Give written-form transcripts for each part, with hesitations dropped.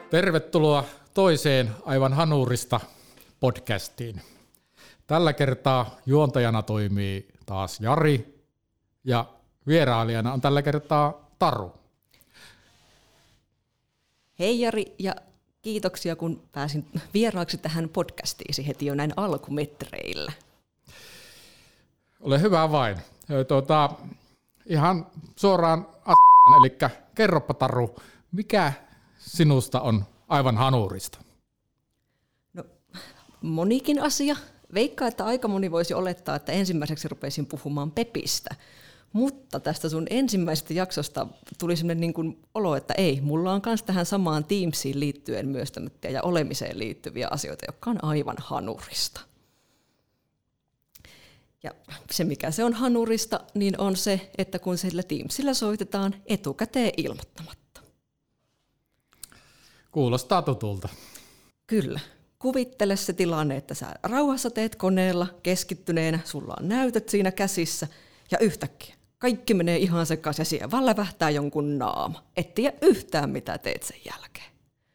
Tervetuloa toiseen Aivan hanurista podcastiin. Tällä kertaa juontajana toimii taas Jari ja vierailijana on tällä kertaa Taru. Hei Jari ja kiitoksia kun pääsin vieraaksi tähän podcastiisi heti jo näin alkumetreillä. Ole hyvä vain. Ihan suoraan asiaan, eli kerropa Taru, mikä sinusta on aivan hanurista? No, monikin asia. Veikkaa, että aika moni voisi olettaa, että ensimmäiseksi rupesin puhumaan Pepistä. Mutta tästä sun ensimmäisestä jaksosta tuli sellainen niin kuin olo, että ei, mulla on myös tähän samaan Teamsiin liittyen myös ja olemiseen liittyviä asioita, jotka on aivan hanurista. Ja se, mikä se on hanurista, niin on se, että kun sillä Teamsillä soitetaan etukäteen ilmoittamatta. Kuulostaa tutulta. Kyllä. Kuvittele se tilanne, että sä rauhassa teet koneella keskittyneenä, sulla on näytöt siinä käsissä ja yhtäkkiä kaikki menee ihan sekaisin ja siihen vaan lävähtää jonkun naama. Et tiedä yhtään mitä teet sen jälkeen.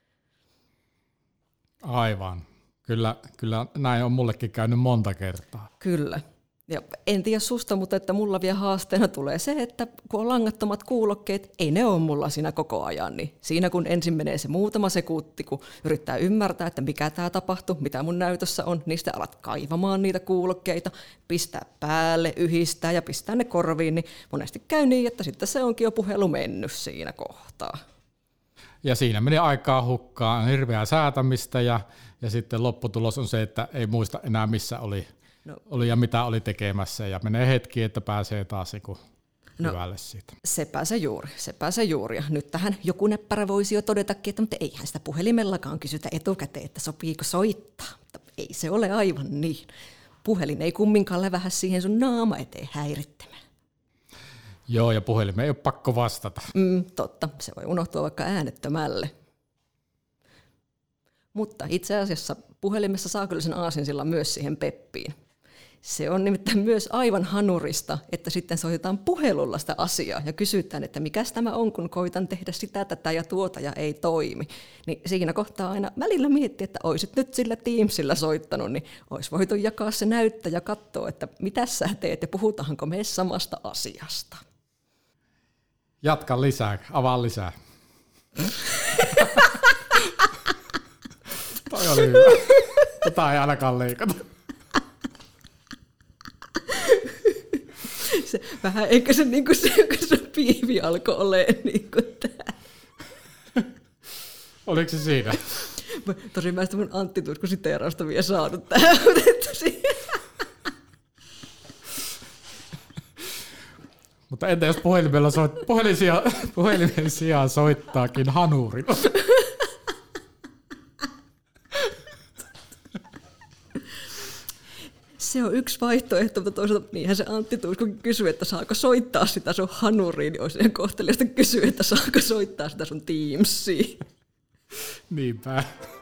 Aivan. Kyllä näin on mullekin käynyt monta kertaa. Kyllä. Ja en tiedä susta, mutta että mulla vielä haasteena tulee se, että kun on langattomat kuulokkeet, ei ne ole mulla siinä koko ajan. Niin siinä kun ensin menee se muutama sekunti, kun yrittää ymmärtää, että mikä tämä tapahtui, mitä mun näytössä on, niin sitten alat kaivamaan niitä kuulokkeita, pistää päälle, yhdistää ja pistää ne korviin, niin monesti käy niin, että sitten se onkin jo puhelu mennyt siinä kohtaa. Ja siinä meni aikaa hukkaan, hirveää säätämistä ja sitten lopputulos on se, että ei muista enää missä oli ja mitä oli tekemässä ja menee hetki, että pääsee taas hyvälle siitä. Sepä se juuri. Ja nyt tähän joku näppärä voisi jo todetakin, että mutta eihän sitä puhelimellakaan kysytä etukäteen, että sopiiko soittaa. Mutta ei se ole aivan niin. Puhelin ei kumminkaan lävähä siihen sun naama eteen häirittemään. Joo, ja puhelimeen ei ole pakko vastata. Totta, se voi unohtua vaikka äänettömälle. Mutta itse asiassa puhelimessa saa kyllä sen aasinsillan myös siihen Peppiin. Se on nimittäin myös aivan hanurista, että sitten soitetaan puhelulla sitä asiaa ja kysytään, että mikäs tämä on, kun koitan tehdä sitä, tätä ja tuota ja ei toimi. Niin siinä kohtaa aina välillä miettiä, että oisit nyt sillä Teamsillä soittanut, niin olisi voitu jakaa se näyttö ja katsoa, että mitä sä teet ja puhutaanko me samasta asiasta. Jatka lisää, avaa lisää. Toi oli hyvä. Tätä ei ainakaan leikata. Se, vähän eikä se, niin kuin se piivi alkoi olemaan niin kuin tämä. Oliko se siinä? Tosi mä sitä mun Antti Tuisku siteerausta vielä saanut tähän. Mutta entä jos puhelimen sijaan soittaakin hanurilla? Se on yksi vaihtoehto, mutta toisaalta niinhän se Antti Tuisku kysyi, että saako soittaa sitä sun hanuriin, niin olisi ihan kohteliasta kysyä, että saako soittaa sitä sun Teamsiin. Niinpä.